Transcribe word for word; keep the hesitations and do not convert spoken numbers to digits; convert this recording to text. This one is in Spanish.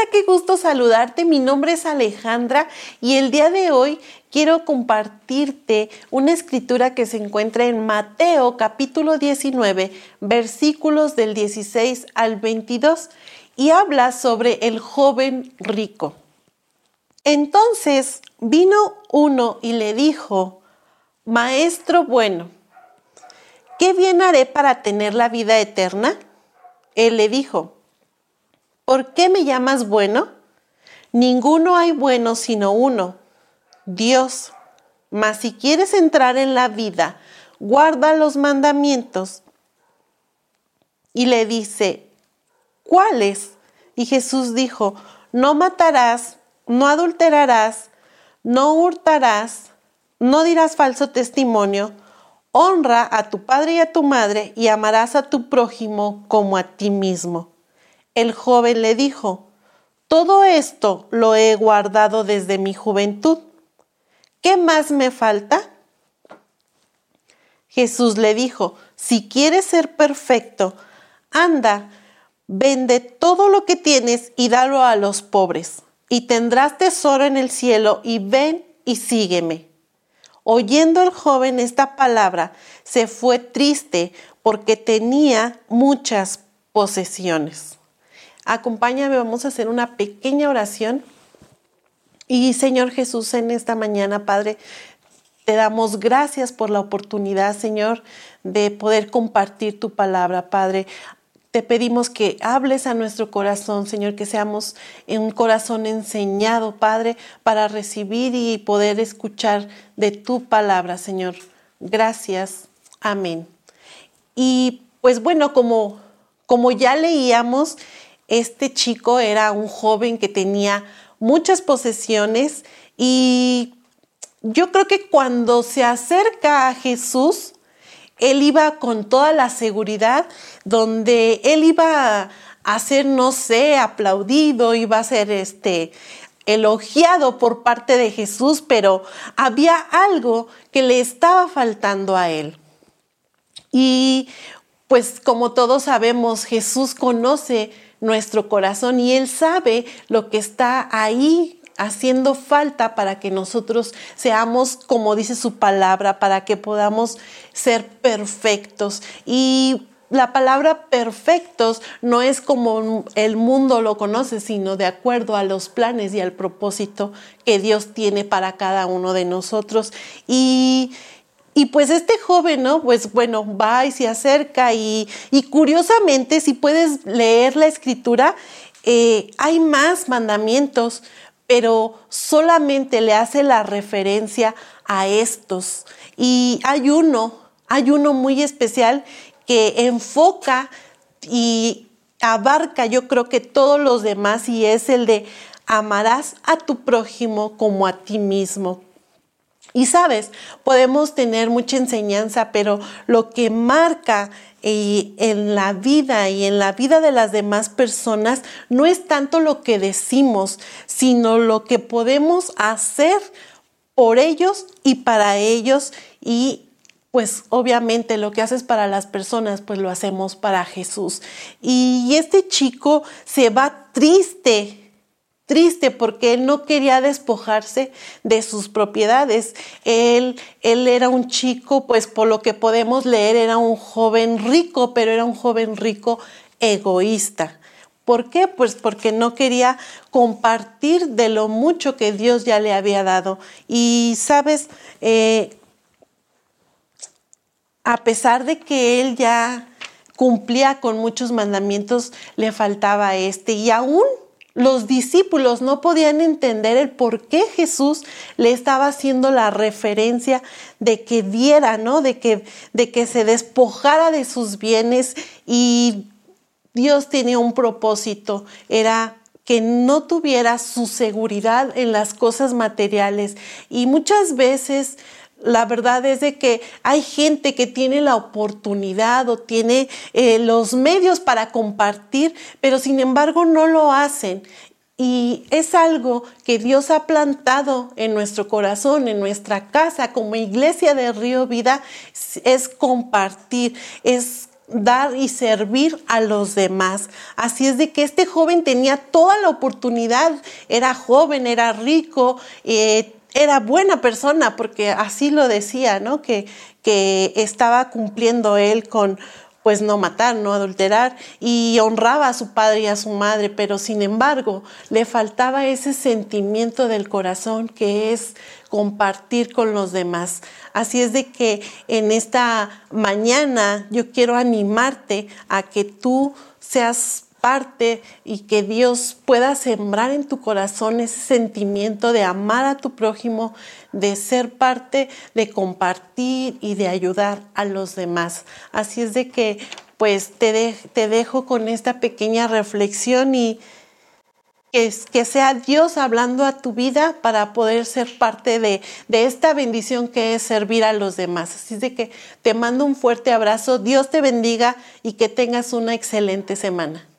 Hola, qué gusto saludarte. Mi nombre es Alejandra y el día de hoy quiero compartirte una escritura que se encuentra en Mateo capítulo diecinueve, versículos del dieciséis al veintidós, y habla sobre el joven rico. Entonces vino uno y le dijo: Maestro bueno, ¿qué bien haré para tener la vida eterna? Él le dijo: ¿Por qué me llamas bueno? Ninguno hay bueno sino uno, Dios. Mas si quieres entrar en la vida, guarda los mandamientos. Y le dice: ¿cuáles? Y Jesús dijo: no matarás, no adulterarás, no hurtarás, no dirás falso testimonio, honra a tu padre y a tu madre, y amarás a tu prójimo como a ti mismo. El joven le dijo: todo esto lo he guardado desde mi juventud. ¿Qué más me falta? Jesús le dijo: si quieres ser perfecto, anda, vende todo lo que tienes y dalo a los pobres, y tendrás tesoro en el cielo, y ven y sígueme. Oyendo el joven esta palabra, se fue triste porque tenía muchas posesiones. Acompáñame, vamos a hacer una pequeña oración. Y Señor Jesús, en esta mañana, Padre, te damos gracias por la oportunidad, Señor, de poder compartir tu palabra, Padre. Te pedimos que hables a nuestro corazón, Señor, que seamos un corazón enseñado, Padre, para recibir y poder escuchar de tu palabra, Señor. Gracias. Amén. Y pues bueno, como, como ya leíamos, este chico era un joven que tenía muchas posesiones y yo creo que cuando se acerca a Jesús, él iba con toda la seguridad, donde él iba a ser, no sé, aplaudido, iba a ser este, elogiado por parte de Jesús, pero había algo que le estaba faltando a él. Y pues como todos sabemos, Jesús conoce nuestro corazón y Él sabe lo que está ahí haciendo falta para que nosotros seamos, como dice su palabra, para que podamos ser perfectos. Y la palabra perfectos no es como el mundo lo conoce, sino de acuerdo a los planes y al propósito que Dios tiene para cada uno de nosotros. Y Y pues este joven, ¿no? Pues bueno, va y se acerca y, y curiosamente, si puedes leer la escritura, eh, hay más mandamientos, pero solamente le hace la referencia a estos. Y hay uno, hay uno muy especial que enfoca y abarca, yo creo que todos los demás, y es el de amarás a tu prójimo como a ti mismo. Y sabes, podemos tener mucha enseñanza, pero lo que marca eh, en la vida y en la vida de las demás personas no es tanto lo que decimos, sino lo que podemos hacer por ellos y para ellos. Y pues obviamente lo que haces para las personas, pues lo hacemos para Jesús. Y este chico se va triste. Triste porque él no quería despojarse de sus propiedades. Él, él era un chico, pues por lo que podemos leer, era un joven rico, pero era un joven rico egoísta. ¿Por qué? Pues porque no quería compartir de lo mucho que Dios ya le había dado. Y sabes, eh, a pesar de que él ya cumplía con muchos mandamientos, le faltaba este. Y aún los discípulos no podían entender el por qué Jesús le estaba haciendo la referencia de que diera, ¿no? De que, de que se despojara de sus bienes. Y Dios tenía un propósito, era que no tuviera su seguridad en las cosas materiales. Y muchas veces la verdad es de que hay gente que tiene la oportunidad o tiene eh, los medios para compartir, pero sin embargo no lo hacen. Y es algo que Dios ha plantado en nuestro corazón, en nuestra casa, como iglesia de Río Vida, es compartir, es dar y servir a los demás. Así es de que este joven tenía toda la oportunidad, era joven, era rico, eh, era buena persona, porque así lo decía, ¿no? Que, que estaba cumpliendo él con, pues no matar, no adulterar, y honraba a su padre y a su madre, pero sin embargo le faltaba ese sentimiento del corazón que es compartir con los demás. Así es de que en esta mañana yo quiero animarte a que tú seas parte y que Dios pueda sembrar en tu corazón ese sentimiento de amar a tu prójimo, de ser parte, de compartir y de ayudar a los demás. Así es de que pues te, de, te dejo con esta pequeña reflexión y que, que sea Dios hablando a tu vida para poder ser parte de, de esta bendición que es servir a los demás. Así es de que te mando un fuerte abrazo, Dios te bendiga y que tengas una excelente semana.